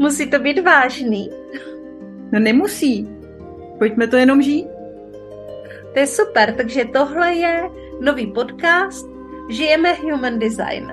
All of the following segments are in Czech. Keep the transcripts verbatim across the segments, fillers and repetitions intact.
Musí to být vážný. No nemusí. Pojďme to jenom žít. To je super, takže tohle je nový podcast Žijeme Human Design.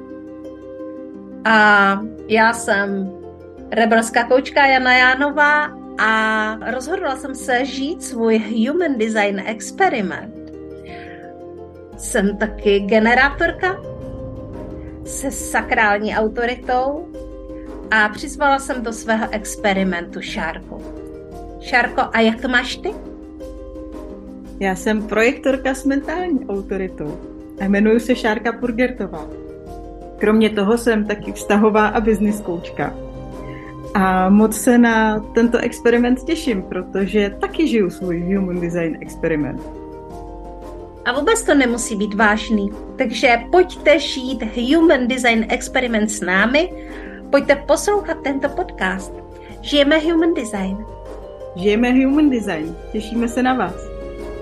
A já jsem rebelská koučka Jana Jánová a rozhodla jsem se žít svůj Human Design experiment. Jsem taky generátorka se sakrální autoritou a přizvala jsem do svého experimentu Šárku. Šárko, a jak to máš ty? Já jsem projektorka s mentální autoritou a jmenuji se Šárka Purgertová. Kromě toho jsem taky vztahová a business koučka. A moc se na tento experiment těším, protože taky žiju svůj Human Design experiment. A vůbec to nemusí být vážný. Takže pojďte žít Human Design experiment s námi, pojďte poslouchat tento podcast. Žijeme Human Design. Žijeme Human Design. Těšíme se na vás.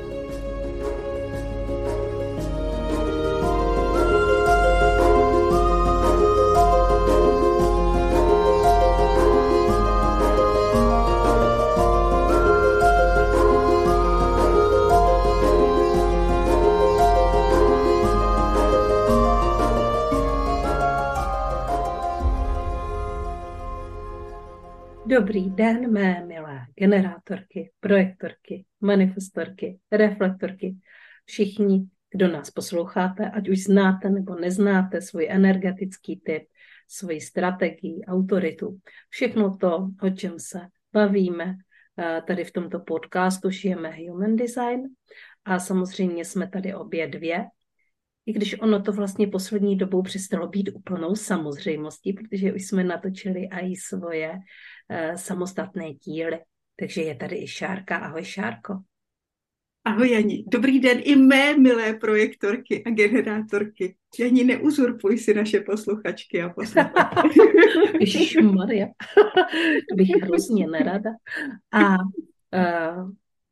Dobrý den, mé milé generátorky, projektorky, manifestorky, reflektorky, všichni, kdo nás posloucháte, ať už znáte nebo neznáte svůj energetický typ, svoji strategii, autoritu, všechno to, o čem se bavíme tady v tomto podcastu Žijeme Human Design a samozřejmě jsme tady obě dvě, i když ono to vlastně poslední dobou přestalo být úplnou samozřejmostí, protože už jsme natočili i svoje uh, samostatné díly. Takže je tady i Šárka. Ahoj, Šárko. Ahoj, Jani. Dobrý den i mé milé projektorky a generátorky. Jani, neuzurpuj si naše posluchačky a posluchačky. Ježišmarja, to bych hrozně nerada. A uh,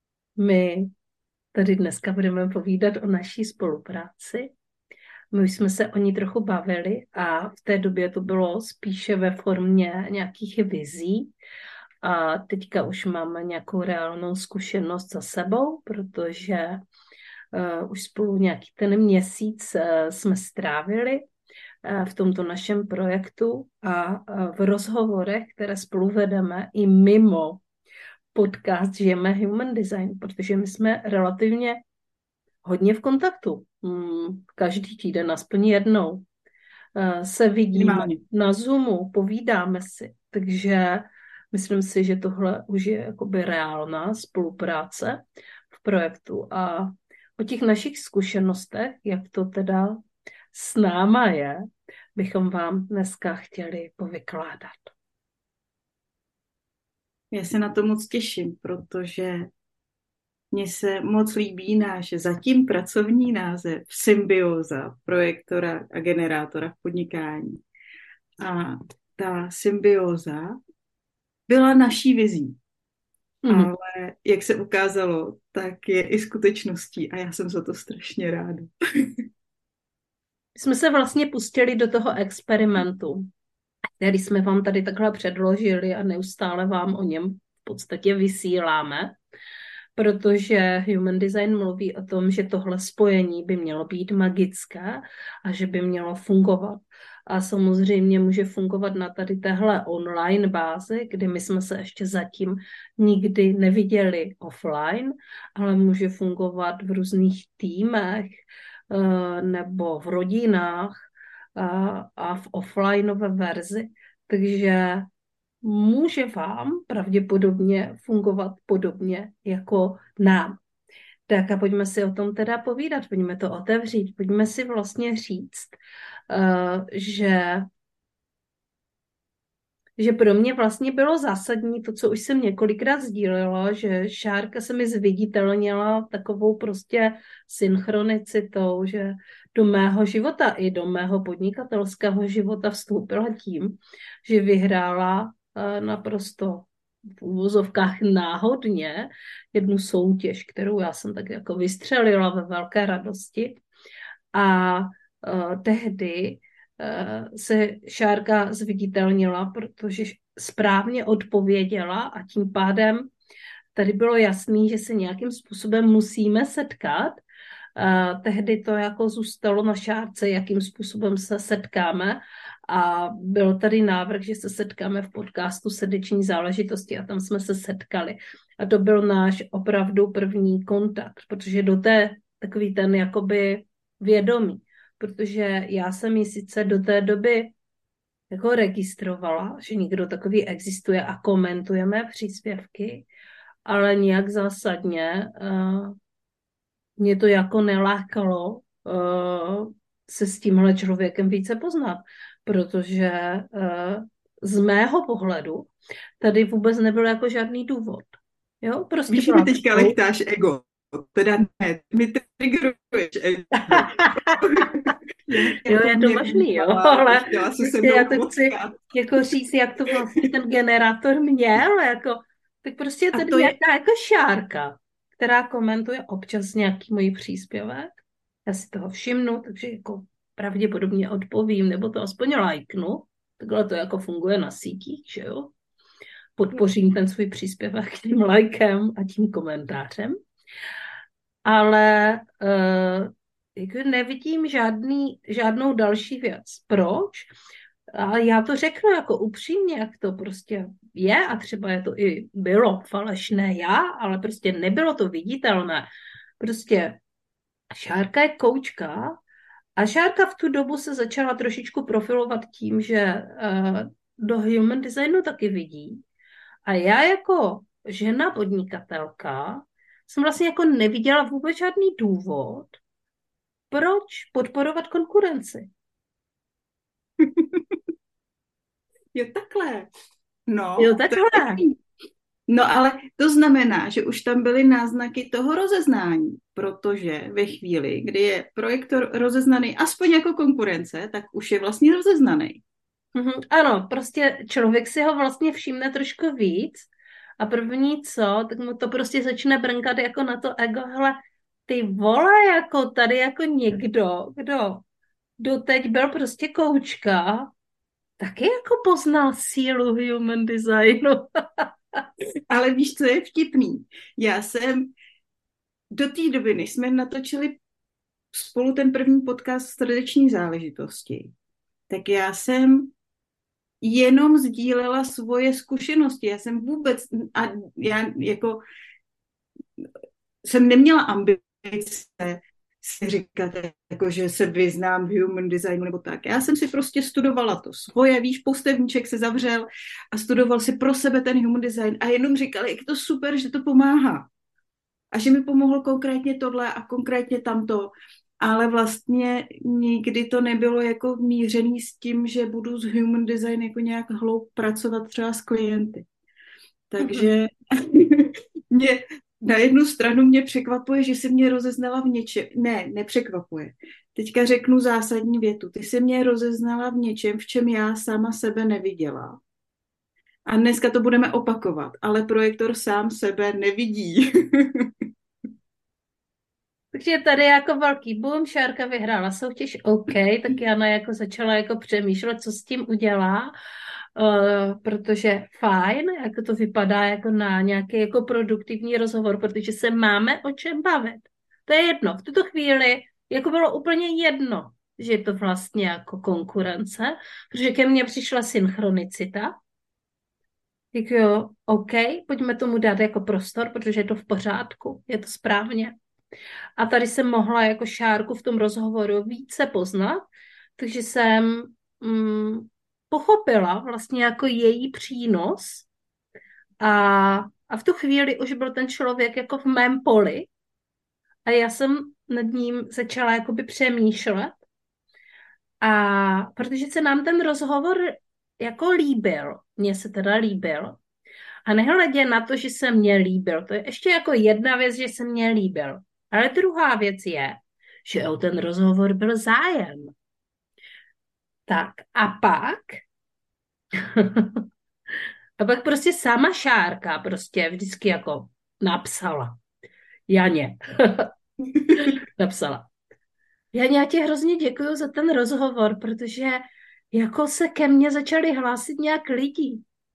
my tady dneska budeme povídat o naší spolupráci. My už jsme se o ní trochu bavili a v té době to bylo spíše ve formě nějakých vizí. A teďka už máme nějakou reálnou zkušenost za sebou, protože uh, už spolu nějaký ten měsíc uh, jsme strávili uh, v tomto našem projektu a uh, v rozhovorech, které spolu vedeme i mimo podcast Žijeme Human Design, protože my jsme relativně hodně v kontaktu. Každý týden, aspoň jednou, se vidíme na Zoomu, povídáme si. Takže myslím si, že tohle už je jakoby reálná spolupráce v projektu. A o těch našich zkušenostech, jak to teda s náma je, bychom vám dneska chtěli povykládat. Já se na to moc těším, protože mně se moc líbí náš zatím pracovní název Symbioza, projektora a generátora v podnikání. A ta symbioza byla naší vizí. Mm. Ale jak se ukázalo, tak je i skutečností a já jsem za to strašně ráda. Jsme se vlastně pustili do toho experimentu, který jsme vám tady takhle předložili a neustále vám o něm v podstatě vysíláme, protože Human Design mluví o tom, že tohle spojení by mělo být magické a že by mělo fungovat. A samozřejmě může fungovat na tady téhle online bázi, kdy my jsme se ještě zatím nikdy neviděli offline, ale může fungovat v různých týmech nebo v rodinách a v offlineové verzi. Takže může vám pravděpodobně fungovat podobně jako nám. Tak a pojďme si o tom teda povídat, pojďme to otevřít, pojďme si vlastně říct, uh, že, že pro mě vlastně bylo zásadní to, co už jsem několikrát sdílela, že Šárka se mi zviditelnila takovou prostě synchronicitou, že do mého života i do mého podnikatelského života vstoupila tím, že vyhrála naprosto v úvozovkách náhodně jednu soutěž, kterou já jsem tak jako vystřelila ve velké radosti. A uh, tehdy uh, se Šárka zviditelnila, protože správně odpověděla a tím pádem tady bylo jasný, že se nějakým způsobem musíme setkat. Uh, tehdy to jako zůstalo na šárce, jakým způsobem se setkáme a byl tady návrh, že se setkáme v podcastu Srdeční záležitosti a tam jsme se setkali. A to byl náš opravdu první kontakt, protože do té takový ten jakoby vědomí, protože já jsem ji sice do té doby jako registrovala, že někdo takový existuje a komentujeme příspěvky, ale nějak zásadně uh, mě to jako nelákalo uh, se s tímhle člověkem více poznat, protože uh, z mého pohledu tady vůbec nebyl jako žádný důvod. Jo, prostě Víš, že mi teďka lechtáš ego. Teda ne, mi triggeruješ ego. Jo, je to možný, jo, ale prostě já to chci jako říct, jak to vlastně ten generátor měl, jako, tak prostě je tady nějaká je... jako šárka, která komentuje občas nějaký můj příspěvek. Já si toho všimnu, takže jako pravděpodobně odpovím, nebo to aspoň lajknu. Takhle to jako funguje na sítích, že jo. Podpořím ten svůj příspěvek tím lajkem a tím komentářem. Ale uh, jako nevidím žádný, žádnou další věc. Proč? Ale já to řeknu jako upřímně, jak to prostě je a třeba je to i bylo falešné já, ale prostě nebylo to viditelné. Prostě Šárka je koučka a Šárka v tu dobu se začala trošičku profilovat tím, že uh, do human designu taky vidí. A já jako žena podnikatelka jsem vlastně jako neviděla vůbec žádný důvod, proč podporovat konkurenci. Jo, takhle. No, jo, takhle. No, ale to znamená, že už tam byly náznaky toho rozeznání, protože ve chvíli, kdy je projektor rozeznaný aspoň jako konkurence, tak už je vlastně rozeznaný. Mm-hmm, ano, prostě člověk si ho vlastně všimne trošku víc a první co, tak mu to prostě začne brnkat jako na to ego, hele, ty vole, jako tady jako někdo, kdo doteď byl prostě koučka, taky jako poznal sílu human designu. Ale víš, co je vtipný? Já jsem do té doby, než jsme natočili spolu ten první podcast Srdeční záležitosti, tak já jsem jenom sdílela svoje zkušenosti. Já jsem vůbec, a já jako jsem neměla ambice si říkat, jako, že se vyznám v human designu nebo tak. Já jsem si prostě studovala to svoje, víš, poustevníček se zavřel a studoval si pro sebe ten human design a jenom říkal, jak je to super, že to pomáhá. A že mi pomohlo konkrétně tohle a konkrétně tamto. Ale vlastně nikdy to nebylo jako mířený s tím, že budu s human design jako nějak hloub pracovat třeba s klienty. Takže mě na jednu stranu mě překvapuje, že se mě rozeznala v něčem. Ne, nepřekvapuje. Teďka řeknu zásadní větu. Ty se mě rozeznala v něčem, v čem já sama sebe neviděla. A dneska to budeme opakovat, ale projektor sám sebe nevidí. Takže tady jako velký boom, Šárka vyhrála soutěž, OK, tak Jana jako začala jako přemýšlet, co s tím udělá, uh, protože fajn, jako to vypadá jako na nějaký jako produktivní rozhovor, protože se máme o čem bavit. To je jedno. V tuto chvíli jako bylo úplně jedno, že je to vlastně jako konkurence, protože ke mně přišla synchronicita. Tak jo, OK, pojďme tomu dát jako prostor, protože je to v pořádku, je to správně. A tady jsem mohla jako Šárku v tom rozhovoru více poznat, takže jsem mm, pochopila vlastně jako její přínos a, a v tu chvíli už byl ten člověk jako v mém poli a já jsem nad ním začala jakoby přemýšlet a protože se nám ten rozhovor jako líbil, mně se teda líbil a nehledě na to, že se mně líbil, to je ještě jako jedna věc, že se mně líbil. Ale druhá věc je, že o ten rozhovor byl zájem. Tak a pak a pak prostě sama Šárka prostě vždycky jako napsala. Janě. napsala. Janě, já ti hrozně děkuju za ten rozhovor, protože jako se ke mně začali hlásit nějak lidi.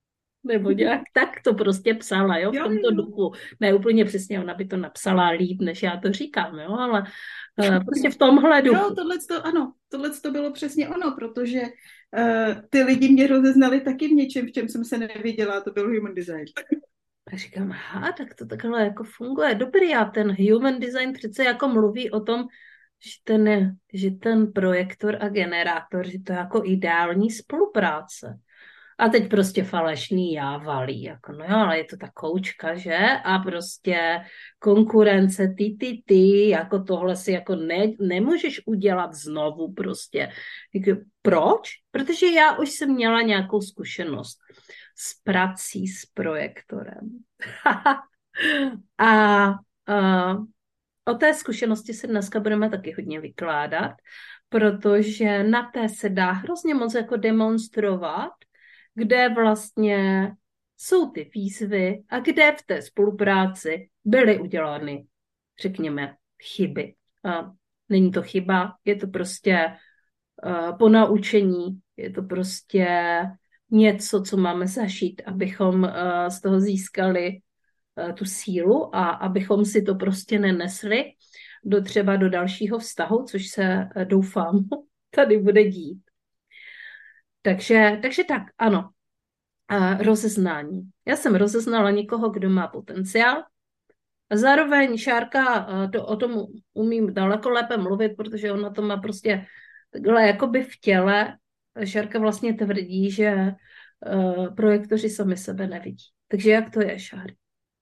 nebo nějak tak to prostě psala, jo, v Jo, tomto jo. duchu. Ne úplně přesně, ona by to napsala líp, než já to říkám, jo, ale uh, prostě v tomhle Jo, duchu. tohle to, ano, tohle to bylo přesně ono, protože uh, ty lidi mě rozeznali taky v něčem, v čem jsem se neviděla, to byl human design. A říkám, aha, tak to takhle jako funguje. Dobrý, a ten human design přece jako mluví o tom, že ten, že ten projektor a generátor, že to je jako ideální spolupráce. A teď prostě falešný já valí, jako no jo, ale je to ta koučka, že? A prostě konkurence, ty, ty, ty, jako tohle si jako ne, nemůžeš udělat znovu prostě. Jako, proč? Protože já už jsem měla nějakou zkušenost s prací s projektorem. a, a o té zkušenosti se dneska budeme taky hodně vykládat, protože na té se dá hrozně moc jako demonstrovat, kde vlastně jsou ty výzvy a kde v té spolupráci byly udělány, řekněme, chyby. A není to chyba, je to prostě uh, ponaučení, je to prostě něco, co máme zažít, abychom uh, z toho získali uh, tu sílu a abychom si to prostě nenesli do třeba do dalšího vztahu, což se uh, doufám tady bude dít. Takže, takže tak, ano, uh, rozeznání. Já jsem rozeznala někoho, kdo má potenciál. A zároveň Šárka uh, to, o tom umím daleko lépe mluvit, protože ona to má prostě takhle jakoby v těle. Šárka vlastně tvrdí, že uh, projektoři sami sebe nevidí. Takže jak to je, Šáry?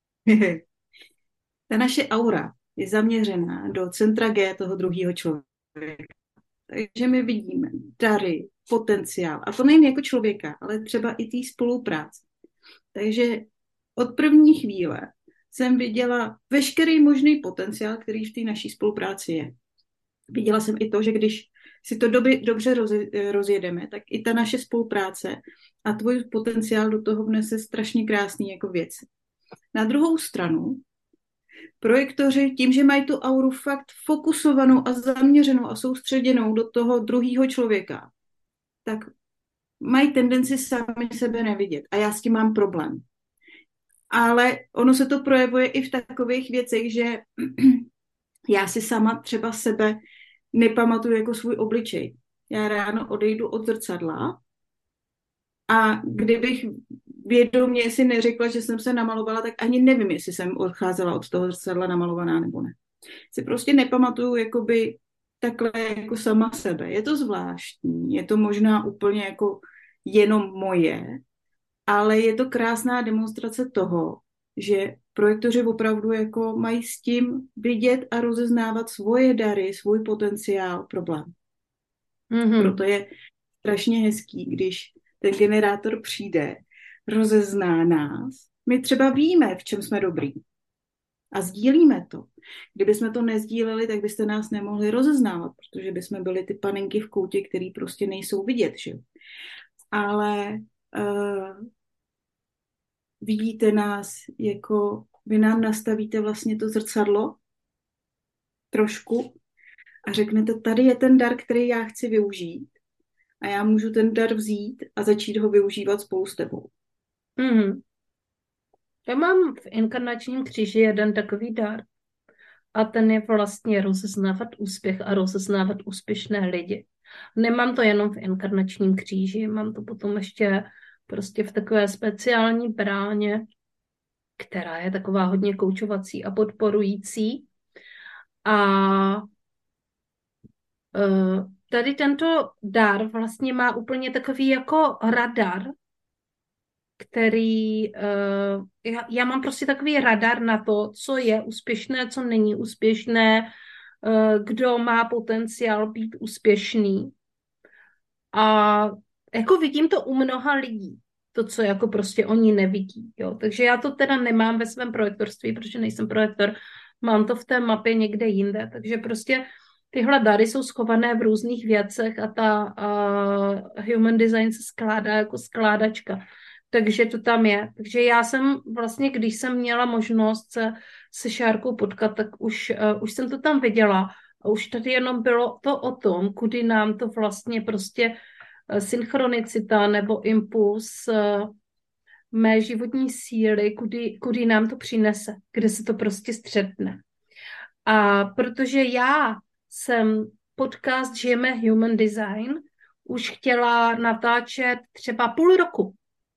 Ta naše aura je zaměřená do centra G toho druhého člověka. Takže my vidíme dary, potenciál. A to nejen jako člověka, ale třeba i té spolupráce. Takže od první chvíle jsem viděla veškerý možný potenciál, který v té naší spolupráci je. Viděla jsem i to, že když si to doby, dobře roz, rozjedeme, tak i ta naše spolupráce a tvůj potenciál do toho vnese strašně krásný jako věci. Na druhou stranu, projektoři tím, že mají tu auru fakt fokusovanou a zaměřenou a soustředěnou do toho druhého člověka, tak mají tendenci sami sebe nevidět. A já s tím mám problém. Ale ono se to projevuje i v takových věcech, že já si sama třeba sebe nepamatuju jako svůj obličej. Já ráno odejdu od zrcadla a kdybych vědomě si neřekla, že jsem se namalovala, tak ani nevím, jestli jsem odcházela od toho zrcadla namalovaná nebo ne. Si prostě nepamatuju jakoby takhle jako sama sebe. Je to zvláštní, je to možná úplně jako jenom moje, ale je to krásná demonstrace toho, že projektoři opravdu jako mají s tím vidět a rozeznávat svoje dary, svůj potenciál, problém. Mm-hmm. Proto je strašně hezký, když ten generátor přijde, rozezná nás. My třeba víme, v čem jsme dobrý. A sdílíme to. Kdyby jsme to nezdíleli, tak byste nás nemohli rozeznávat, protože bychom byli ty panenky v koutě, které prostě nejsou vidět. Že? Ale uh, vidíte nás jako, vy nám nastavíte vlastně to zrcadlo trošku a řeknete, tady je ten dar, který já chci využít a já můžu ten dar vzít a začít ho využívat spolu s tebou. Mm-hmm. Já mám v inkarnačním kříži jeden takový dar a ten je vlastně rozeznávat úspěch a rozeznávat úspěšné lidi. Nemám to jenom v inkarnačním kříži, mám to potom ještě prostě v takové speciální bráně, která je taková hodně koučovací a podporující. A tady tento dar vlastně má úplně takový jako radar, který, uh, já, já mám prostě takový radar na to, co je úspěšné, co není úspěšné, uh, kdo má potenciál být úspěšný. A jako vidím to u mnoha lidí, to, co jako prostě oni nevidí. Jo? Takže já to teda nemám ve svém projektorství, protože nejsem projektor, mám to v té mapě někde jinde, takže prostě tyhle dary jsou schované v různých věcech a ta uh, human design se skládá jako skládačka. Takže to tam je. Takže já jsem vlastně, když jsem měla možnost se, se Šárkou potkat, tak už, uh, už jsem to tam viděla. A už tady jenom bylo to o tom, kudy nám to vlastně prostě uh, synchronicita nebo impuls uh, mé životní síly, kudy, kudy nám to přinese, kde se to prostě střetne. A protože já jsem podcast Žijeme Human Design už chtěla natáčet třeba půl roku.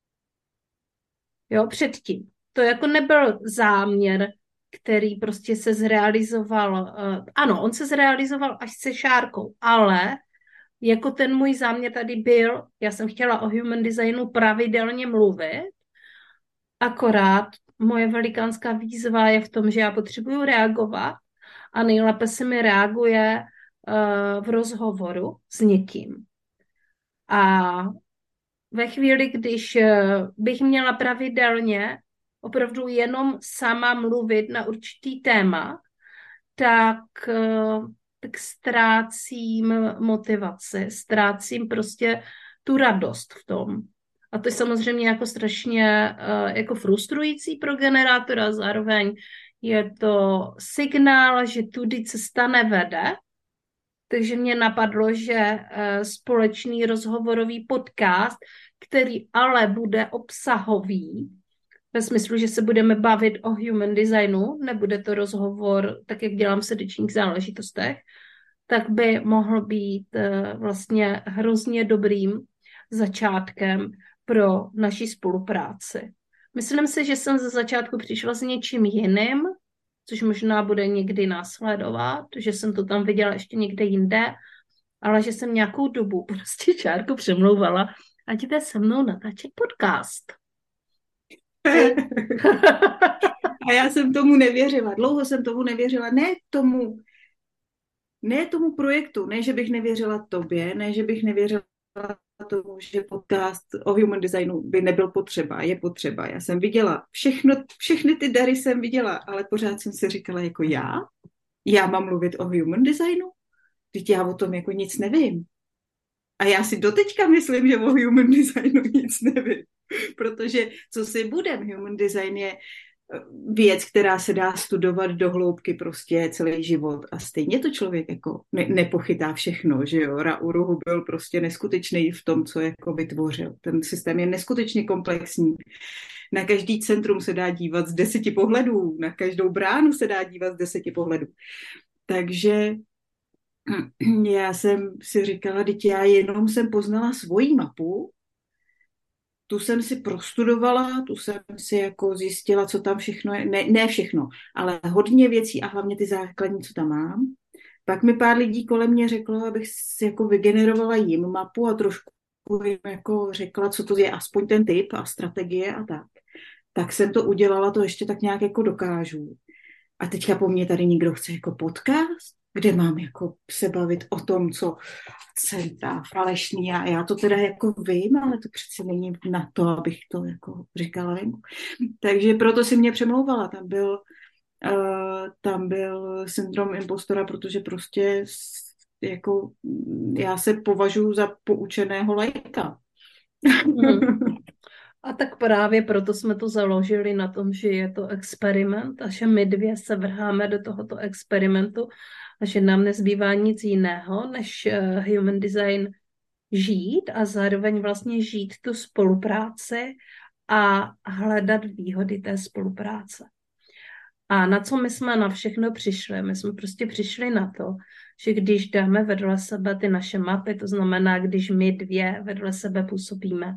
Jo, předtím. To jako nebyl záměr, který prostě se zrealizoval. Uh, ano, on se zrealizoval až se Šárkou, ale jako ten můj záměr tady byl, já jsem chtěla o human designu pravidelně mluvit, akorát moje velikánská výzva je v tom, že já potřebuju reagovat a nejlépe se mi reaguje uh, v rozhovoru s někým. A ve chvíli, když bych měla pravidelně opravdu jenom sama mluvit na určitý téma, tak, tak ztrácím motivaci, ztrácím prostě tu radost v tom. A to je samozřejmě jako strašně jako frustrující pro generátora, zároveň je to signál, že tudy cesta nevede. Takže mě napadlo, že společný rozhovorový podcast, který ale bude obsahový, ve smyslu, že se budeme bavit o human designu, nebude to rozhovor, tak jak dělám v srdečních záležitostech, tak by mohl být vlastně hrozně dobrým začátkem pro naši spolupráci. Myslím si, že jsem ze začátku přišla s něčím jiným, což možná bude někdy následovat, že jsem to tam viděla ještě někde jinde, ale že jsem nějakou dobu prostě Šárku přemlouvala, ať jde se mnou natáčet podcast. A já jsem tomu nevěřila, dlouho jsem tomu nevěřila, ne tomu, ne tomu projektu, ne, že bych nevěřila tobě, ne, že bych nevěřila tomu, že podcast o human designu by nebyl potřeba, je potřeba. Já jsem viděla všechno, všechny ty dary jsem viděla, ale pořád jsem si říkala jako já? Já mám mluvit o human designu? Vždyť já o tom jako nic nevím. A já si doteďka myslím, že o human designu nic nevím. Protože co si budem, human design je věc, která se dá studovat do hloubky prostě celý život a stejně to člověk jako ne, nepochytá všechno, že jo. Ra Uruhu byl prostě neskutečný v tom, co jako vytvořil. Ten systém je neskutečně komplexní. Na každý centrum se dá dívat z deseti pohledů, na každou bránu se dá dívat z deseti pohledů. Takže já jsem si říkala, teď já jenom jsem poznala svoji mapu, tu jsem si prostudovala, tu jsem si jako zjistila, co tam všechno je, ne, ne všechno, ale hodně věcí a hlavně ty základní, co tam mám. Pak mi pár lidí kolem mě řeklo, abych si jako vygenerovala jim mapu a trošku jim jako řekla, co to je, aspoň ten typ a strategie a tak. Tak jsem to udělala, to ještě tak nějak jako dokážu. A teďka po mně tady někdo chce jako podcast, kde mám jako se bavit o tom, co centra falešný a já to teda jako vím, ale to přece není na to, abych to jako říkala venku. Takže proto si mě přemlouvala, tam byl uh, tam byl syndrom impostora, protože prostě jako já se považuji za poučeného laika. Hmm. A tak právě proto jsme to založili na tom, že je to experiment a že my dvě se vrháme do tohoto experimentu a že nám nezbývá nic jiného, než human design žít a zároveň vlastně žít tu spolupráci a hledat výhody té spolupráce. A na co my jsme na všechno přišli? My jsme prostě přišli na to, že když dáme vedle sebe ty naše mapy, to znamená, když my dvě vedle sebe působíme,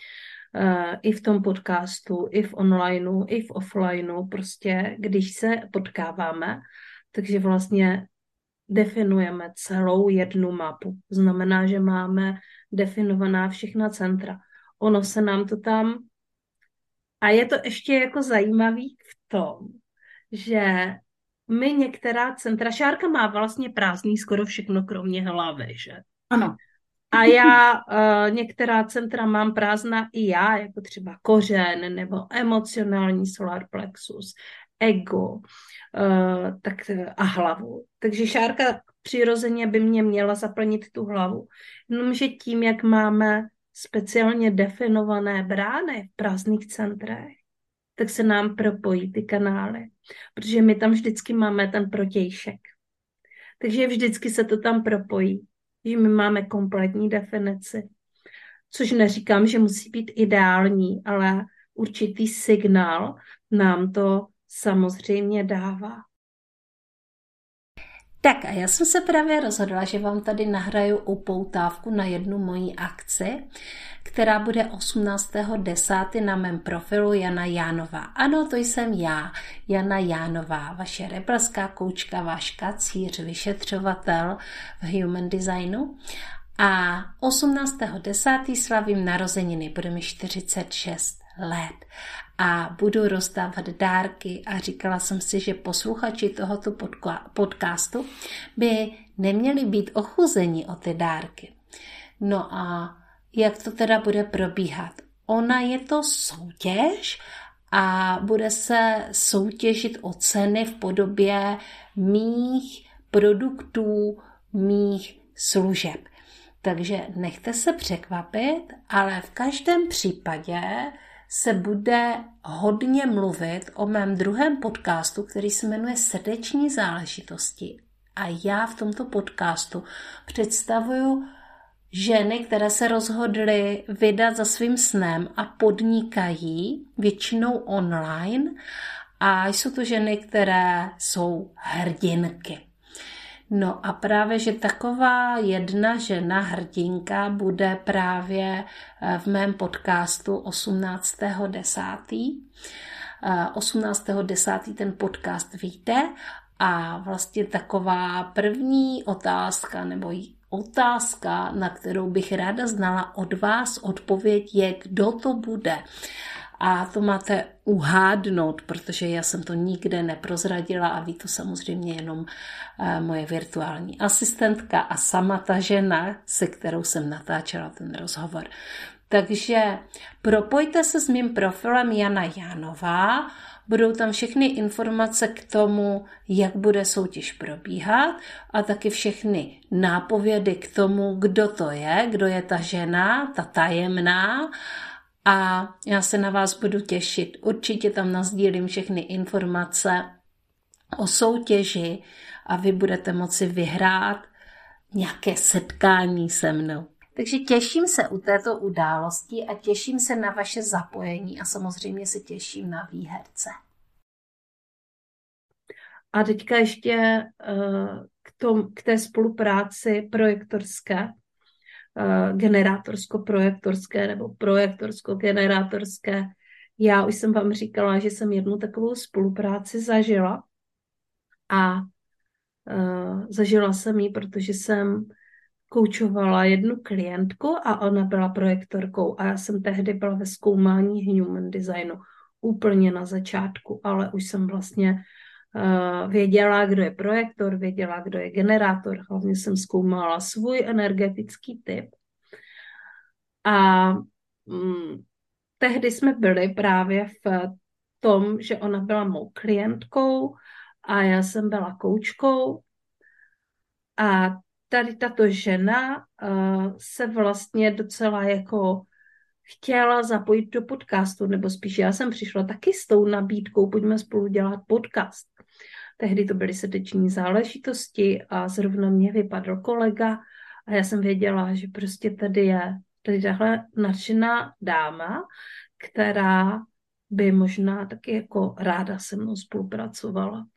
i v tom podcastu, i v onlineu, i v offlineu, prostě když se potkáváme, takže vlastně definujeme celou jednu mapu. Znamená, že máme definovaná všechna centra. Ono se nám to tam... A je to ještě jako zajímavý v tom, že my některá centra... Šárka má vlastně prázdný skoro všechno, kromě hlavy, že? Ano. A já uh, některá centra mám prázdná i já, jako třeba kořen nebo emocionální solar plexus, ego uh, tak, a hlavu. Takže Šárka přirozeně by mě měla zaplnit tu hlavu. Jenomže tím, jak máme speciálně definované brány v prázdných centrech, tak se nám propojí ty kanály, protože my tam vždycky máme ten protějšek. Takže vždycky se to tam propojí, že my máme kompletní definici, což neříkám, že musí být ideální, ale určitý signál nám to samozřejmě dává. Tak a já jsem se právě rozhodla, že vám tady nahraju upoutávku na jednu moji akci, která bude osmnáctého desátého na mém profilu Jana Jánová. Ano, to jsem já, Jana Jánová, vaše rebelská koučka, váš kacíř, vyšetřovatel v Human Designu. A osmnáctého desátého slavím narozeniny, bude mi čtyřicet šest let a budu rozdávat dárky a říkala jsem si, že posluchači tohoto podcastu by neměli být ochuzeni o ty dárky. No a jak to teda bude probíhat? Ona je to soutěž a bude se soutěžit o ceny v podobě mých produktů, mých služeb. Takže nechte se překvapit, ale v každém případě se bude hodně mluvit o mém druhém podcastu, který se jmenuje Srdeční záležitosti. A já v tomto podcastu představuju ženy, které se rozhodly vydat za svým snem a podnikají, většinou online. A jsou to ženy, které jsou hrdinky. No a právě, že taková jedna žena hrdinka bude právě v mém podcastu osmnáctého desátého osmnáctého desátého ten podcast vyjde a vlastně taková první otázka nebo otázka, na kterou bych ráda znala od vás odpověď je, kdo to bude. A to máte uhádnout, protože já jsem to nikde neprozradila a ví to samozřejmě jenom moje virtuální asistentka a sama ta žena, se kterou jsem natáčela ten rozhovor. Takže propojte se s mým profilem Jana Jánová, budou tam všechny informace k tomu, jak bude soutěž probíhat a taky všechny nápovědy k tomu, kdo to je, kdo je ta žena, ta tajemná. A já se na vás budu těšit. Určitě tam nasdílím všechny informace o soutěži a vy budete moci vyhrát nějaké setkání se mnou. Takže těším se u této události a těším se na vaše zapojení a samozřejmě se těším na výherce. A teďka ještě k, tom, k té spolupráci projektorské, generátorsko-projektorské nebo projektorsko-generátorské. Já už jsem vám říkala, že jsem jednu takovou spolupráci zažila a uh, zažila jsem ji, protože jsem koučovala jednu klientku a ona byla projektorkou a já jsem tehdy byla ve zkoumání Human Designu úplně na začátku, ale už jsem vlastně uh, věděla, kdo je projektor, věděla, kdo je generátor, hlavně jsem zkoumala svůj energetický typ. A mm, tehdy jsme byli právě v tom, že ona byla mou klientkou a já jsem byla koučkou a tady tato žena uh, se vlastně docela jako chtěla zapojit do podcastu, nebo spíš já jsem přišla taky s tou nabídkou, pojďme spolu dělat podcast. Tehdy to byly srdeční záležitosti a zrovna mě vypadl kolega a já jsem věděla, že prostě tady je tady tahle nadšená dáma, která by možná taky jako ráda se mnou spolupracovala.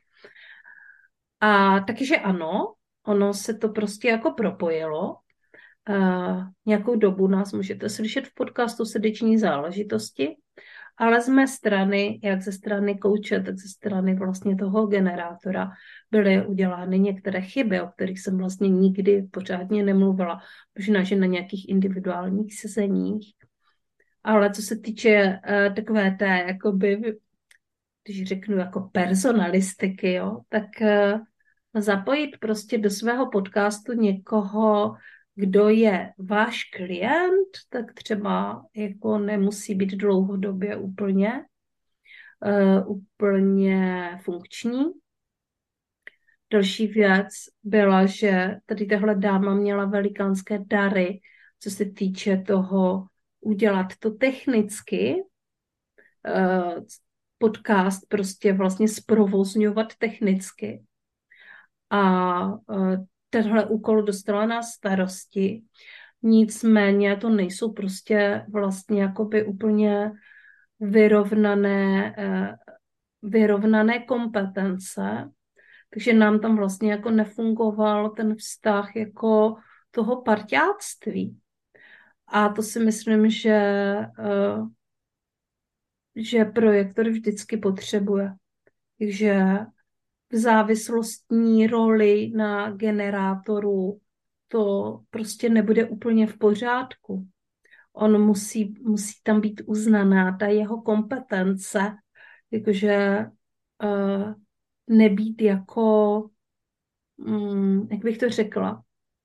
A takže ano, ono se to prostě jako propojilo. Uh, nějakou dobu nás můžete slyšet v podcastu Srdeční záležitosti, ale z mé strany, jak ze strany kouče, tak ze strany vlastně toho generátora, byly udělány některé chyby, o kterých jsem vlastně nikdy pořádně nemluvila, možná, že na nějakých individuálních sezeních. Ale co se týče uh, takové té, jakoby, když řeknu jako personalistiky, jo, tak uh, zapojit prostě do svého podcastu někoho, kdo je váš klient, tak třeba jako nemusí být dlouhodobě úplně, uh, úplně funkční. Další věc byla, že tady tahle dáma měla velikánské dary, co se týče toho udělat to technicky, uh, podcast prostě vlastně zprovozňovat technicky. A uh, tenhle úkol dostala na starosti. Nicméně to nejsou prostě vlastně jakoby úplně vyrovnané, eh, vyrovnané kompetence, takže nám tam vlastně jako nefungoval ten vztah jako toho parťáctví. A to si myslím, že, eh, že projektor vždycky potřebuje. Takže v závislostní roli na generátoru to prostě nebude úplně v pořádku. On musí, musí tam být uznaná ta jeho kompetence, jakože uh, nebýt jako, um, jak bych to řekla,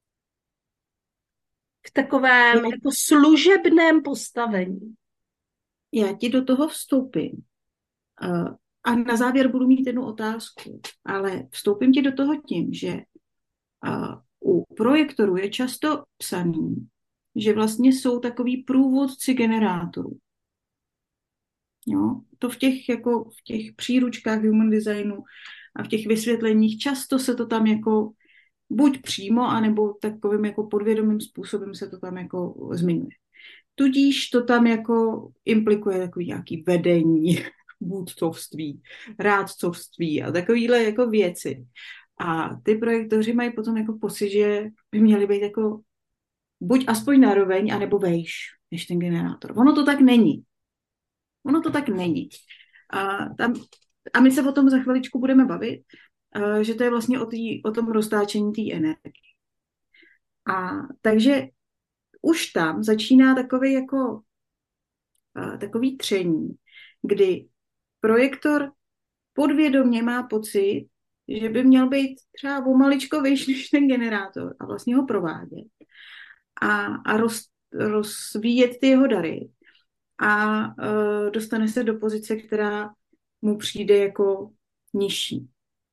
v takovém jako služebném postavení. Já ti do toho vstoupím. Uh, a na závěr budu mít jednu otázku, ale vstoupím ti do toho tím, že uh, u projektorů je často psaný, že vlastně jsou takový průvodci generátorů. Jo? To v těch, jako v těch příručkách human designu a v těch vysvětleních často se to tam jako buď přímo, anebo takovým jako podvědomým způsobem se to tam jako zmiňuje. Tudíž to tam jako implikuje takový nějaký vedení, vůdcovství, rádcovství a takovýhle jako věci. A ty projektoři mají potom jako pocit, že by měli být jako buď aspoň naroveň, anebo vejš než ten generátor. Ono to tak není. Ono to tak není. A, tam, a my se o tom za chviličku budeme bavit, a, že to je vlastně o, tý, o tom roztáčení té energie. A takže už tam začíná takový jako a, takový tření, kdy projektor podvědomě má pocit, že by měl být třeba o maličko vyšší než ten generátor a vlastně ho provádět a, a roz, rozvíjet ty jeho dary. A uh, dostane se do pozice, která mu přijde jako nižší.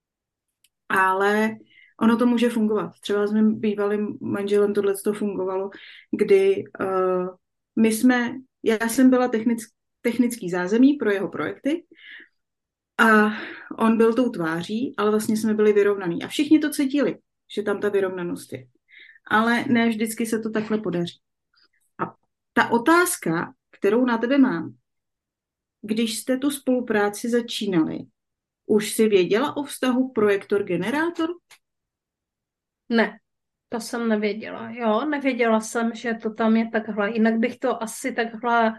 Ale ono to může fungovat. Třeba s mým bývalým manželem tohle to fungovalo, kdy uh, my jsme, já jsem byla technick, technický zázemí pro jeho projekty a on byl tou tváří, ale vlastně jsme byli vyrovnaný. A všichni to cítili, že tam ta vyrovnanost je. Ale ne vždycky se to takhle podaří. A ta otázka, kterou na tebe mám, když jste tu spolupráci začínali, už jsi věděla o vztahu projektor-generátor? Ne, to jsem nevěděla. Jo, nevěděla jsem, že to tam je takhle. Jinak bych to asi takhle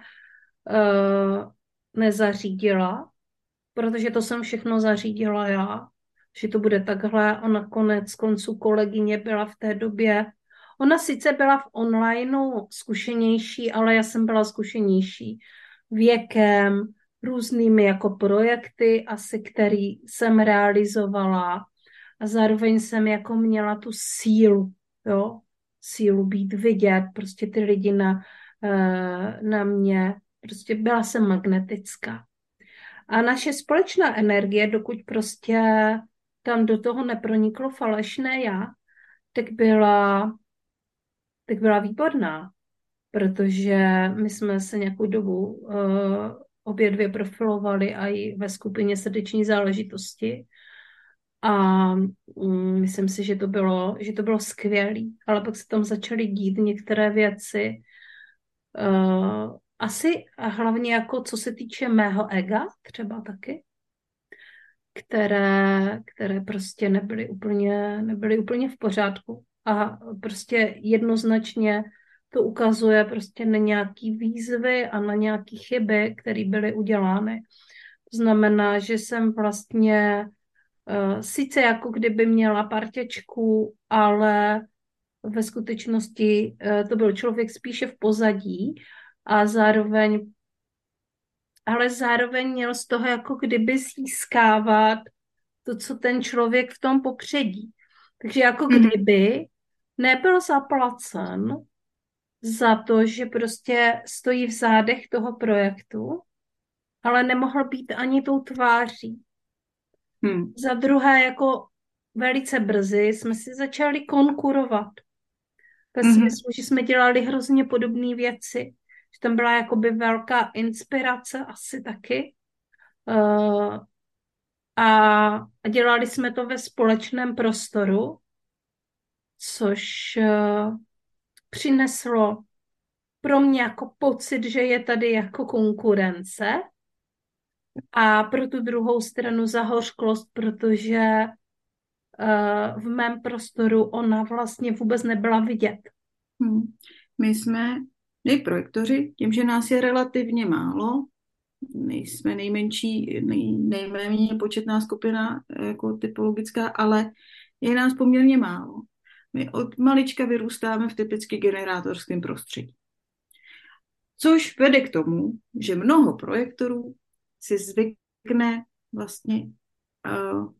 uh, nezařídila, protože to jsem všechno zařídila já, že to bude takhle. A nakonec konců kolegyně byla v té době, ona sice byla v onlineu zkušenější, ale já jsem byla zkušenější věkem, různými jako projekty asi, který jsem realizovala a zároveň jsem jako měla tu sílu, jo, sílu být vidět, prostě ty lidi na, na mě, prostě byla jsem magnetická. A naše společná energie, dokud prostě tam do toho neproniklo falešné já, tak byla, tak byla výborná, protože my jsme se nějakou dobu uh, obě dvě profilovali a i ve skupině srdeční záležitosti. A um, myslím si, že to bylo, že to bylo skvělý, ale pak se tam začaly dít některé věci, uh, asi a hlavně jako co se týče mého ega třeba taky, které, které prostě nebyly úplně, nebyly úplně v pořádku a prostě jednoznačně to ukazuje prostě na nějaký výzvy a na nějaké chyby, které byly udělány. To znamená, že jsem vlastně uh, sice jako kdyby měla parťačku, ale ve skutečnosti uh, to byl člověk spíše v pozadí a zároveň ale zároveň měl z toho jako kdyby získávat to, co ten člověk v tom popředí. Takže jako Mm-hmm. kdyby nebyl zaplacen za to, že prostě stojí v zádech toho projektu, ale nemohl být ani tou tváří. Hmm. Za druhé, jako velice brzy jsme si začali konkurovat. Ve Mm-hmm. smyslu, že jsme dělali hrozně podobné věci. Že tam byla jakoby velká inspirace asi taky. Uh, a dělali jsme to ve společném prostoru, což uh, přineslo pro mě jako pocit, že je tady jako konkurence, A pro tu druhou stranu zahořklost, protože uh, v mém prostoru ona vlastně vůbec nebyla vidět. Hmm. My jsme nejprojektoři, tím, že nás je relativně málo, nejsme nejmenší, nej, nejméně početná skupina jako typologická, ale je nás poměrně málo. My od malička vyrůstáme v typicky generátorském prostředí. Což vede k tomu, že mnoho projektorů si zvykne vlastně uh,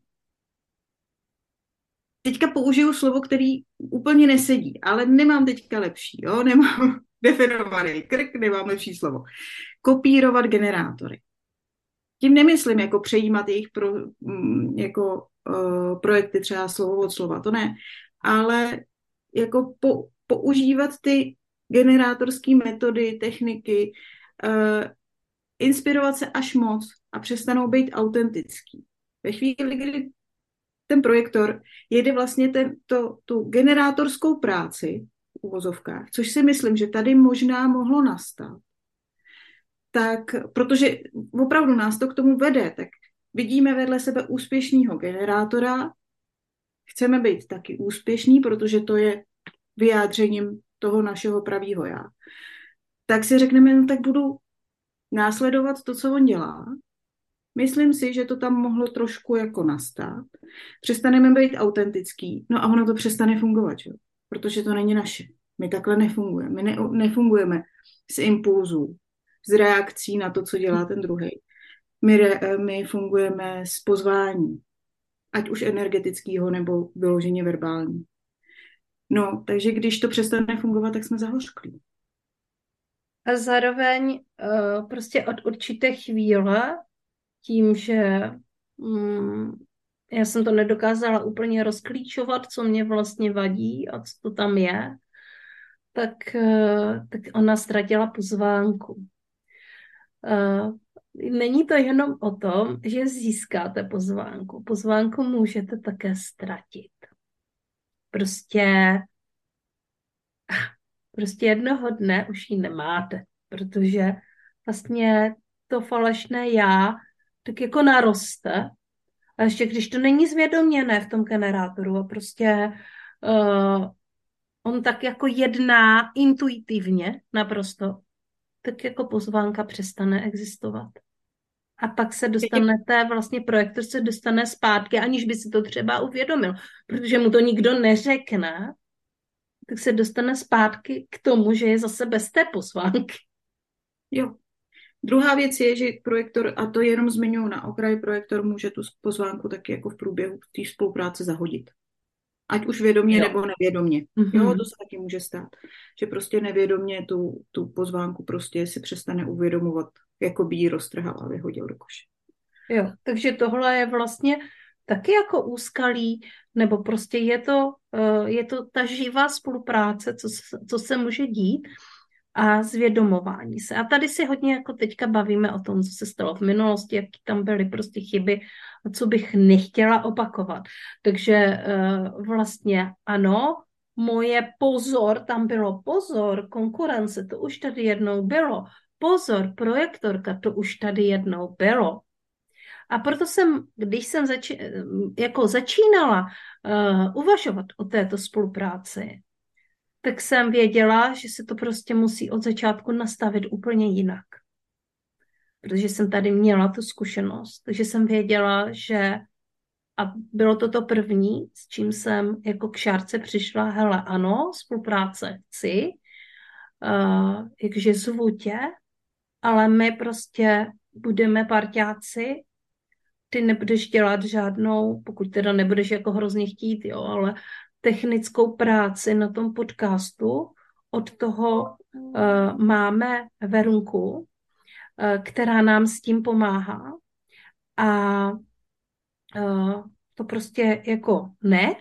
teďka použiju slovo, který úplně nesedí, ale nemám teďka lepší, jo? Nemám definovaný krk, nemám lepší slovo. Kopírovat generátory. Tím nemyslím jako přejímat jejich pro, jako, uh, projekty třeba slovo od slova, to ne, ale jako po, používat ty generátorské metody, techniky, uh, inspirovat se až moc a přestanou být autentický. Ve chvíli, kdy ten projektor jede vlastně ten, to, tu generátorskou práci v uvozovkách, což si myslím, že tady možná mohlo nastat, tak, protože opravdu nás to k tomu vede, tak vidíme vedle sebe úspěšného generátora, chceme být taky úspěšní, protože to je vyjádřením toho našeho pravýho já. Tak si řekneme, no tak budu následovat to, co on dělá. Myslím si, že to tam mohlo trošku jako nastat. Přestaneme být autentický, no a ono to přestane fungovat, jo? Protože to není naše. My takhle nefungujeme. My ne, nefungujeme z impulzů, z reakcí na to, co dělá ten druhý. My, re, my fungujeme z pozvání, ať už energetického nebo vyloženě verbální. No, takže když to přestane fungovat, tak jsme zahořklí. A zároveň uh, prostě od určité chvíle, tím, že um, já jsem to nedokázala úplně rozklíčovat, co mě vlastně vadí a co to tam je, tak, uh, tak ona ztratila pozvánku. Uh, není to jenom o tom, že získáte pozvánku. Pozvánku můžete také ztratit. Prostě Prostě jednoho dne už ji nemáte, protože vlastně to falešné já tak jako naroste. A ještě když to není zvědoměné v tom generátoru a prostě uh, on tak jako jedná intuitivně naprosto, tak jako pozvánka přestane existovat. A pak se dostanete, vlastně projektor se dostane zpátky, aniž by si to třeba uvědomil, protože mu to nikdo neřekne, tak se dostane zpátky k tomu, že je zase bez té pozvánky. Jo. Druhá věc je, že projektor, a to jenom zmiňuji na okraj, projektor může tu pozvánku taky jako v průběhu té spolupráce zahodit. Ať už vědomě jo. nebo nevědomě. Mm-hmm. Jo, to se taky může stát. Že prostě nevědomě tu, tu pozvánku prostě si přestane uvědomovat, jako by ji roztrhal a vyhodil do koše. Jo, takže tohle je vlastně taky jako úskalí, nebo prostě je to, je to ta živá spolupráce, co se, co se může dít a zvědomování se. A tady si hodně jako teďka bavíme o tom, co se stalo v minulosti, jaký tam byly prostě chyby a co bych nechtěla opakovat. Takže vlastně ano, moje pozor, tam bylo pozor, konkurence, to už tady jednou bylo. Pozor, projektorka, to už tady jednou bylo. A proto jsem, když jsem zači- jako začínala uh, uvažovat o této spolupráci, tak jsem věděla, že se to prostě musí od začátku nastavit úplně jinak. Protože jsem tady měla tu zkušenost, takže jsem věděla, že a bylo to to první, s čím jsem jako k Šárce přišla, hele ano, spolupráce chci, uh, jakže zvu tě, ale my prostě budeme parťáci, ty nebudeš dělat žádnou, pokud teda nebudeš jako hrozně chtít, jo, ale technickou práci na tom podcastu. Od toho uh, máme Verunku, uh, která nám s tím pomáhá. A uh, to prostě jako ne,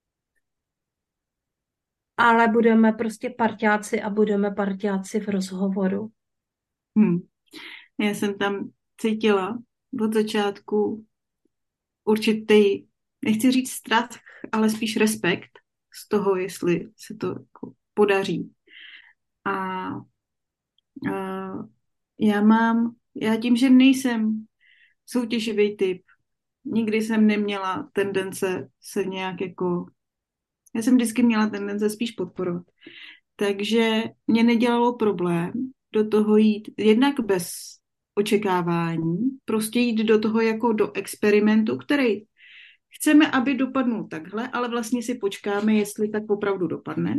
ale budeme prostě parťáci a budeme parťáci v rozhovoru. Hmm. Já jsem tam cítila od začátku určitý, nechci říct strach, ale spíš respekt z toho, jestli se to jako podaří. A, a já mám, já tím, že nejsem soutěživý typ. Nikdy jsem neměla tendence se nějak jako... Já jsem vždycky měla tendence spíš podporovat. Takže mě nedělalo problém do toho jít jednak bez očekávání, prostě jít do toho jako do experimentu, který chceme, aby dopadnul takhle, ale vlastně si počkáme, jestli tak opravdu dopadne.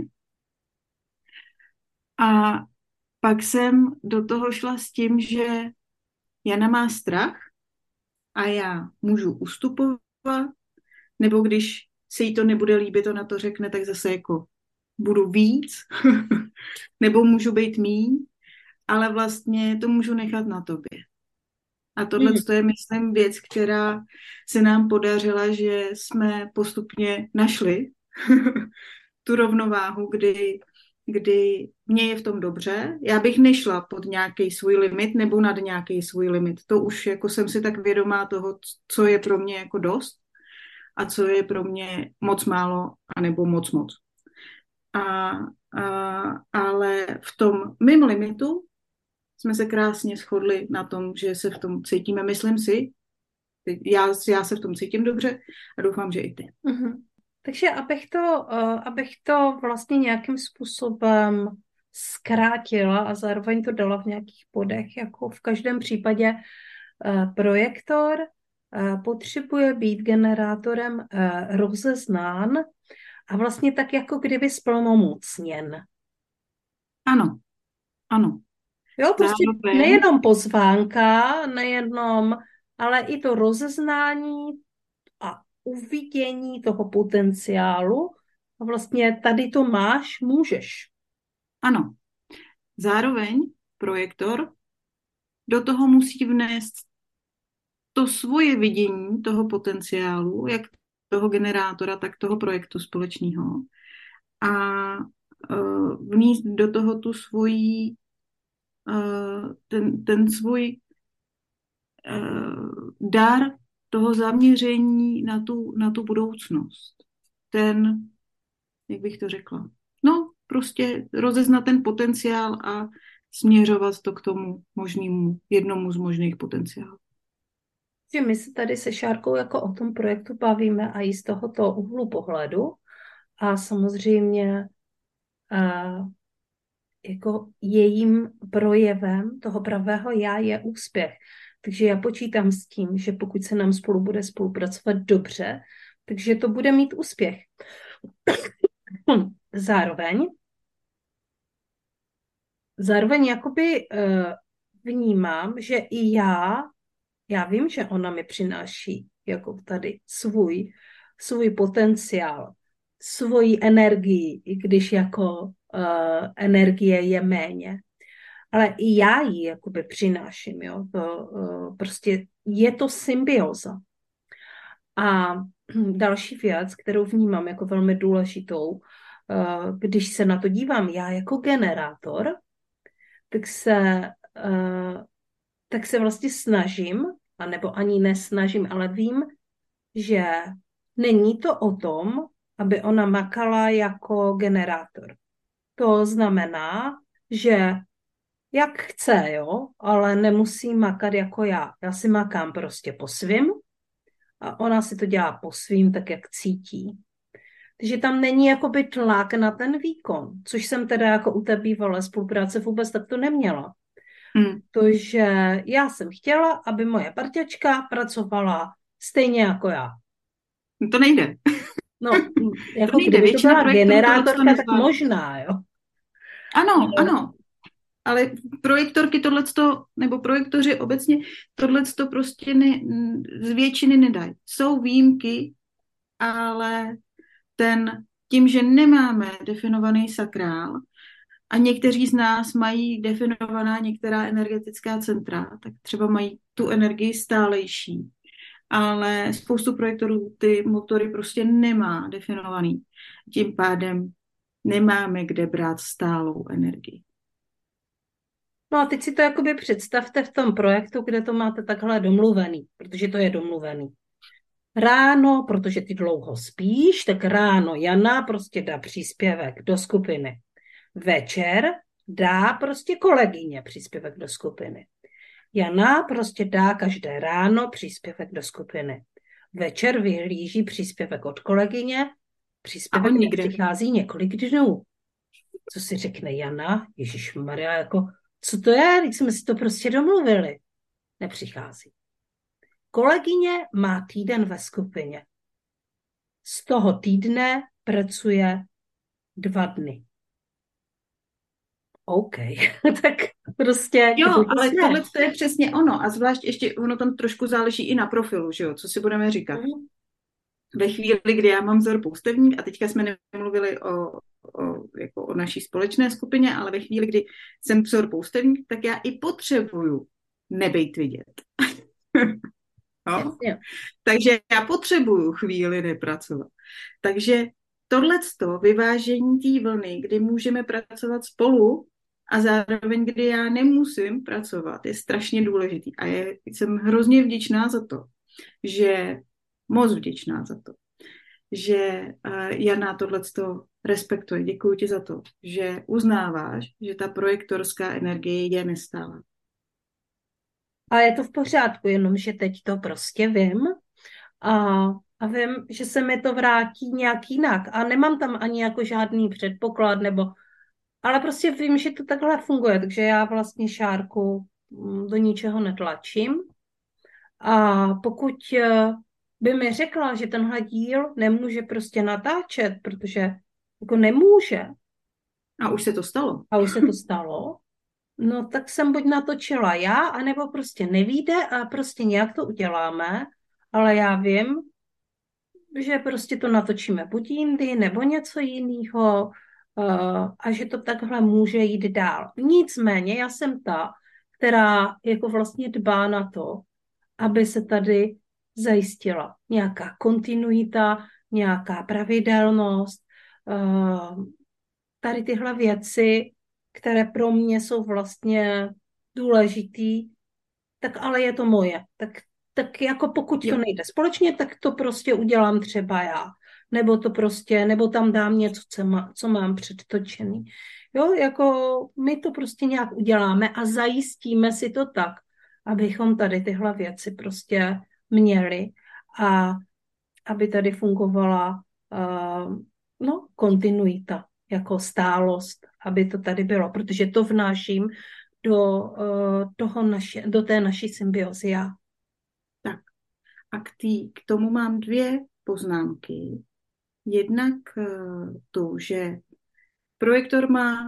A pak jsem do toho šla s tím, že Jana má strach a já můžu ustupovat, nebo když se jí to nebude líbit, ona to řekne, tak zase jako budu víc, nebo můžu být míň, ale vlastně to můžu nechat na tobě. A tohle Hmm. to je, myslím, věc, která se nám podařila, že jsme postupně našli tu rovnováhu, kdy, kdy mě je v tom dobře. Já bych nešla pod nějaký svůj limit nebo nad nějaký svůj limit. To už jako jsem si tak vědomá toho, co je pro mě jako dost a co je pro mě moc málo anebo moc moc. A, a, ale v tom mým limitu jsme se krásně shodli na tom, že se v tom cítíme, myslím si, já, já se v tom cítím dobře a doufám, že i ty. Mhm. Takže abych to, uh, abych to vlastně nějakým způsobem zkrátila a zároveň to dala v nějakých bodech, jako v každém případě uh, projektor uh, potřebuje být generátorem uh, rozeznán a vlastně tak jako kdyby splnomocněn. Ano, ano. Jo, prostě Zároveň, nejenom pozvánka, nejenom, ale i to rozeznání a uvidění toho potenciálu. A vlastně tady to máš, můžeš. ano. Zároveň projektor do toho musí vnést to svoje vidění toho potenciálu, jak toho generátora, tak toho projektu společného. A uh, vnést do toho tu svoji uh, ten, ten svůj uh, dar toho zaměření na tu, na tu budoucnost. Ten, jak bych to řekla, no prostě rozeznat ten potenciál a směřovat to k tomu možnému, jednomu z možných potenciálů. Že my se tady se Šárkou jako o tom projektu bavíme a i z tohoto úhlu pohledu a samozřejmě uh, jako jejím projevem toho pravého já je úspěch. Takže já počítám s tím, že pokud se nám spolu bude spolupracovat dobře, takže to bude mít úspěch. Zároveň, zároveň jakoby uh, vnímám, že i já, já vím, že ona mi přináší jako tady svůj, svůj potenciál, svoji energii, i když jako uh, energie je méně. Ale i já ji jakoby přináším, jo. To, uh, prostě je to symbioza. A další věc, kterou vnímám jako velmi důležitou, uh, když se na to dívám já jako generátor, tak se, uh, tak se vlastně snažím, anebo ani nesnažím, ale vím, že není to o tom, aby ona makala jako generátor. To znamená, že jak chce, jo, ale nemusí makat jako já. Já si makám prostě po svým a ona si to dělá po svým, tak jak cítí. Takže tam není jakoby tlak na ten výkon, což jsem teda jako u té bývalé spolupráce vůbec tak to neměla. Hmm. Tože já jsem chtěla, aby moje parťačka pracovala stejně jako já. To nejde. No, jako to nejde. kdyby to byla generátorka, tak nezvládne. možná, jo. Ano, No. ano. Ale projektorky tohleto, nebo projektoři obecně tohleto prostě ne, z většiny nedají. Jsou výjimky, ale ten, tím, že nemáme definovaný sakrál a někteří z nás mají definovaná některá energetická centra, tak třeba mají tu energii stálejší. Ale spoustu projektorů ty motory prostě nemá definovaný. Tím pádem nemáme kde brát stálou energii. No a teď si to jakoby představte v tom projektu, kde to máte takhle domluvený, protože to je domluvený. Ráno, protože ty dlouho spíš, tak ráno Jana prostě dá příspěvek do skupiny. Večer dá prostě kolegyně příspěvek do skupiny. Jana prostě dá každé ráno příspěvek do skupiny. Večer vyhlíží příspěvek od kolegyně, příspěvek přichází několik dnů. Co si řekne Jana? Ježišmarja, jako, co to je? Když jsme si to prostě domluvili. Nepřichází. Kolegyně má týden ve skupině. Z toho týdne pracuje dva dny. OK, tak prostě... Jo, ale tohle to je přesně ono. A zvlášť ještě ono tam trošku záleží i na profilu, že jo? Co si budeme říkat. Mm. Ve chvíli, kdy já mám vzor poustevník, a teďka jsme nemluvili o, o, jako o naší společné skupině, ale ve chvíli, kdy jsem vzor poustevník, tak já i potřebuju nebejt vidět. No? Takže já potřebuju chvíli nepracovat. Takže tohleto vyvážení té vlny, kdy můžeme pracovat spolu a zároveň, kdy já nemusím pracovat, je strašně důležitý. A je, jsem hrozně vděčná za to, že moc vděčná za to, že uh, Jana tohleto respektuje. Děkuji ti za to, že uznáváš, že ta projektorská energie je nestálá. A je to v pořádku, jenomže teď to prostě vím a, a vím, že se mi to vrátí nějak jinak a nemám tam ani jako žádný předpoklad, nebo, ale prostě vím, že to takhle funguje, takže já vlastně Šárku do ničeho netlačím a pokud by mi řekla, že tenhle díl nemůže prostě natáčet, protože jako nemůže. A už se to stalo. A už se to stalo. No tak jsem buď natočila já, anebo prostě nevíde a prostě nějak to uděláme, ale já vím, že prostě to natočíme buď jindy, nebo něco jiného uh, a že to takhle může jít dál. Nicméně já jsem ta, která jako vlastně dbá na to, aby se tady zajistila nějaká kontinuita, nějaká pravidelnost, uh, tady tyhle věci, které pro mě jsou vlastně důležitý, tak ale je to moje. Tak, tak jako pokud jo. to nejde společně, tak to prostě udělám třeba já. Nebo to prostě, nebo tam dám něco, co, má, co mám předtočený. Jo, jako my to prostě nějak uděláme a zajistíme si to tak, abychom tady tyhle věci prostě měli a aby tady fungovala uh, no, kontinuita, jako stálost, aby to tady bylo, protože to vnáším do, uh, toho naši, do té naší symbiozy já. Tak a k, tý, k tomu mám dvě poznámky. Jednak uh, tu, že projektor má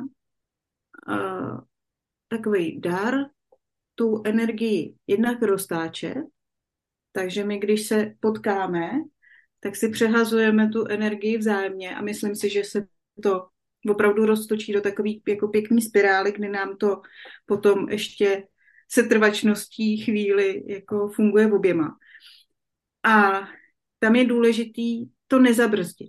uh, takový dar, tu energii jednak roztáčet, takže my, když se potkáme, tak si přehazujeme tu energii vzájemně a myslím si, že se to opravdu roztočí do takový jako pěkný spirály, kdy nám to potom ještě se trvačností chvíli jako funguje v oběma. A tam je důležitý to nezabrzdit.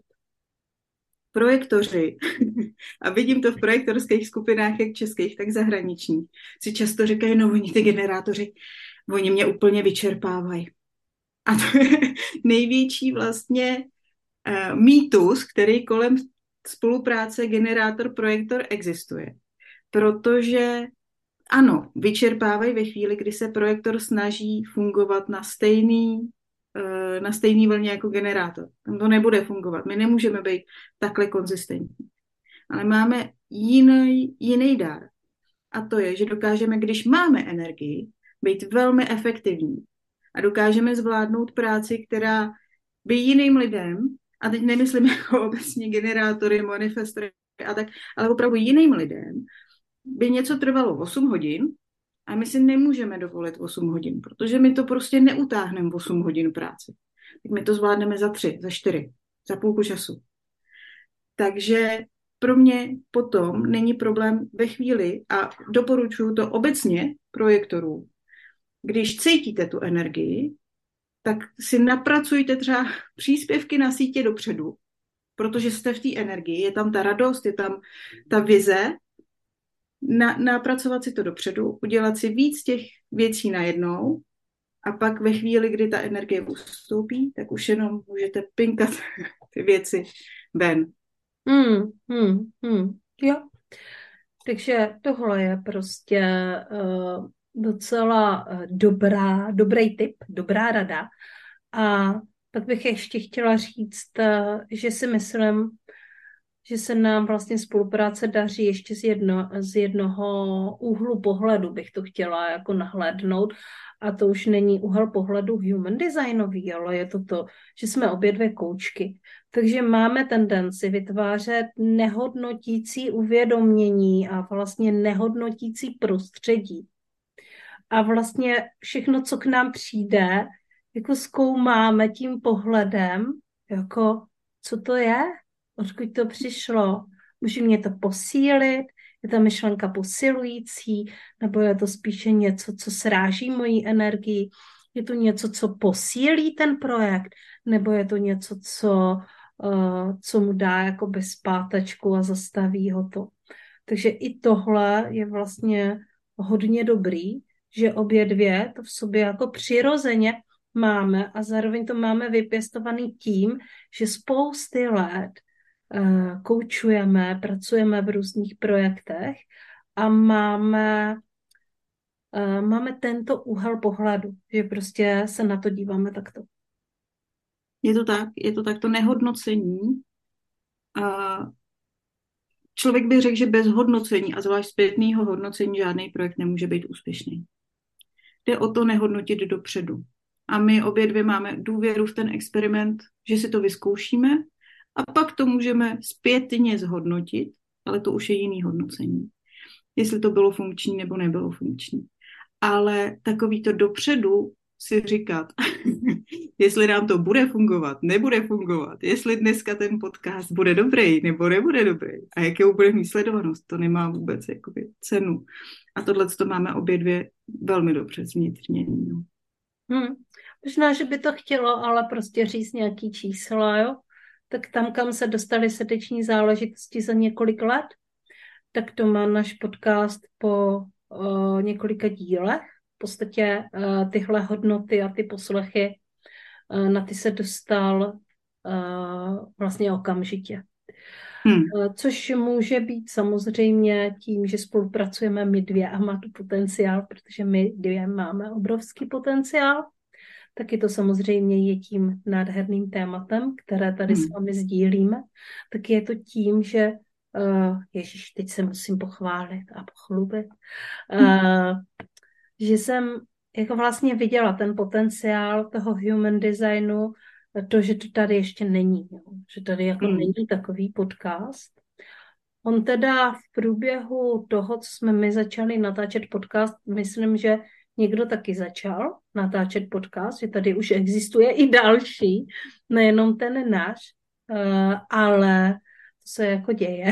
Projektoři, a vidím to v projektorských skupinách, jak českých, tak zahraničních, si často říkají, no oni ty generátoři, oni mě úplně vyčerpávají. A to je největší vlastně uh, mýtus, který kolem spolupráce generátor-projektor existuje. Protože ano, vyčerpávají ve chvíli, kdy se projektor snaží fungovat na stejný, uh, na stejný vlně jako generátor. Tam to nebude fungovat. My nemůžeme být takhle konzistentní. Ale máme jiný, jiný dar. A to je, že dokážeme, když máme energii, být velmi efektivní. A dokážeme zvládnout práci, která by jiným lidem, a teď nemyslím jako obecně generátory, manifestory a tak, ale opravdu jiným lidem, by něco trvalo osm hodin a my si nemůžeme dovolit osm hodin, protože my to prostě neutáhneme osm hodin práce. Tak my to zvládneme za tři, za čtyři, za půlku času. Takže pro mě potom není problém ve chvíli, a doporučuji to obecně projektorům, když cítíte tu energii, tak si napracujte třeba příspěvky na sítě dopředu, protože jste v té energii, je tam ta radost, je tam ta vize, na, napracovat si to dopředu, udělat si víc těch věcí najednou a pak ve chvíli, kdy ta energie ustoupí, tak už jenom můžete pinkat ty věci ven. Hmm, hmm, hmm. Jo. Takže tohle je prostě uh, docela dobrá, dobrý tip, dobrá rada. A pak bych ještě chtěla říct, že si myslím, že se nám vlastně spolupráce daří ještě z, jedno, z jednoho úhlu pohledu, bych to chtěla jako nahlédnout. A to už není úhel pohledu human designový, ale je to to, že jsme obě dvě koučky. Takže máme tendenci vytvářet nehodnotící uvědomění a vlastně nehodnotící prostředí. A vlastně všechno, co k nám přijde, jako zkoumáme tím pohledem, jako co to je, odkud to přišlo, může mě to posílit, je ta myšlenka posilující, nebo je to spíše něco, co sráží moji energii, je to něco, co posílí ten projekt, nebo je to něco, co, uh, co mu dá jako bezpátečku a zastaví ho to. Takže i tohle je vlastně hodně dobrý, že obě dvě to v sobě jako přirozeně máme a zároveň to máme vypěstovaný tím, že spousty let uh, koučujeme, pracujeme v různých projektech a máme, uh, máme tento úhel pohledu, že prostě se na to díváme takto. Je to tak, je to tak, to nehodnocení. Uh, člověk by řekl, že bez hodnocení a zvlášť zpětného hodnocení žádný projekt nemůže být úspěšný. Jde o to nehodnotit dopředu. A my obě dvě máme důvěru v ten experiment, že si to vyzkoušíme a pak to můžeme zpětně zhodnotit, ale to už je jiný hodnocení. Jestli to bylo funkční nebo nebylo funkční. Ale takový to dopředu si říkat, jestli nám to bude fungovat, nebude fungovat, jestli dneska ten podcast bude dobrý nebo nebude dobrý a jakou bude mít sledovanost, to nemá vůbec jakoby cenu. A tohle to máme obě dvě velmi dobře zvnitřnění. No. Hmm. Možná, že by to chtělo, ale prostě říct nějaký čísla, jo? Tak tam, kam se dostaly srdeční záležitosti za několik let, tak to má náš podcast po uh, několika dílech. V podstatě uh, tyhle hodnoty a ty poslechy, uh, na ty se dostal uh, vlastně okamžitě. Hmm. Uh, což může být samozřejmě tím, že spolupracujeme my dvě a má to potenciál, protože my dvě máme obrovský potenciál. Taky to samozřejmě je tím nádherným tématem, které tady hmm. s vámi sdílíme. Taky je to tím, že uh, Ježíš, teď se musím pochválit a pochlubit, uh, že jsem jako vlastně viděla ten potenciál toho human designu, to, že to tady ještě není, jo? Že tady jako hmm. není takový podcast. On teda v průběhu toho, co jsme my začali natáčet podcast, myslím, že někdo taky začal natáčet podcast, že tady už existuje i další, nejenom ten náš, ale to se jako děje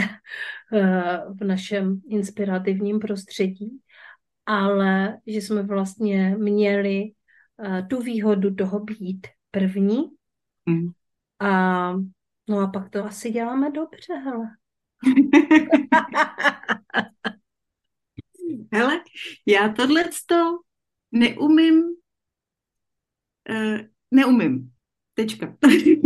v našem inspirativním prostředí, ale že jsme vlastně měli tu výhodu toho být první mm. a no a pak to asi děláme dobře, hele. Hele, já tohleto neumím, uh, neumím, tečka.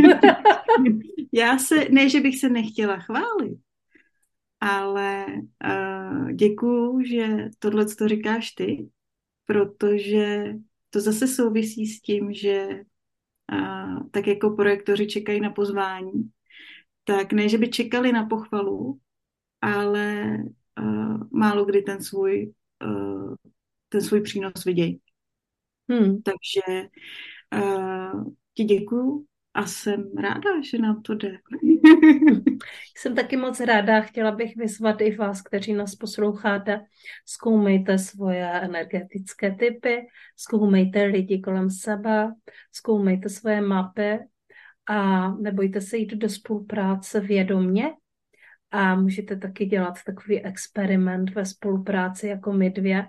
Já se, ne, že bych se nechtěla chválit, ale uh, děkuju, že tohleto říkáš ty, protože to zase souvisí s tím, že uh, tak jako projektoři čekají na pozvání, tak ne, že by čekali na pochvalu, ale uh, málo kdy ten svůj, uh, ten svůj přínos vidějí. Hmm. Takže uh, ti děkuju a jsem ráda, že nám to jde. Jsem taky moc ráda, chtěla bych vyzvat i vás, kteří nás posloucháte, zkoumejte svoje energetické typy, zkoumejte lidi kolem sebe, zkoumejte svoje mapy a nebojte se jít do spolupráce vědomě a můžete taky dělat takový experiment ve spolupráci jako my dvě.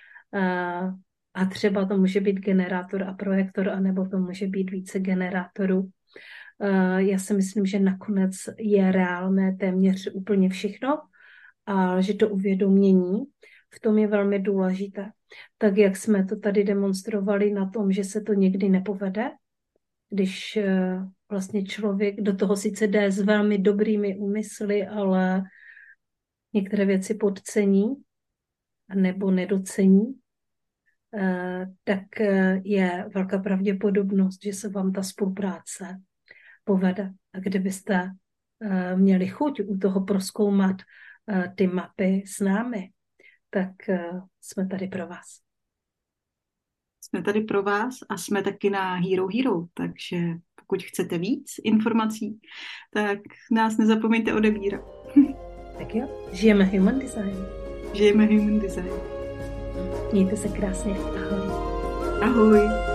A třeba to může být generátor a projektor, anebo to může být více generátorů. Já si myslím, že nakonec je reálné téměř úplně všechno a že to uvědomění v tom je velmi důležité. Tak jak jsme to tady demonstrovali na tom, že se to někdy nepovede, když vlastně člověk do toho sice jde s velmi dobrými úmysly, ale některé věci podcení nebo nedocení, tak je velká pravděpodobnost, že se vám ta spolupráce povede. A kdybyste měli chuť u toho prozkoumat ty mapy s námi, tak jsme tady pro vás. Jsme tady pro vás a jsme taky na Hero Hero, takže pokud chcete víc informací, tak nás nezapomeňte odebírat. Tak jo, žijeme Human Design. Žijeme Human Design. Mějte se krásně. Ahoj. Ahoj.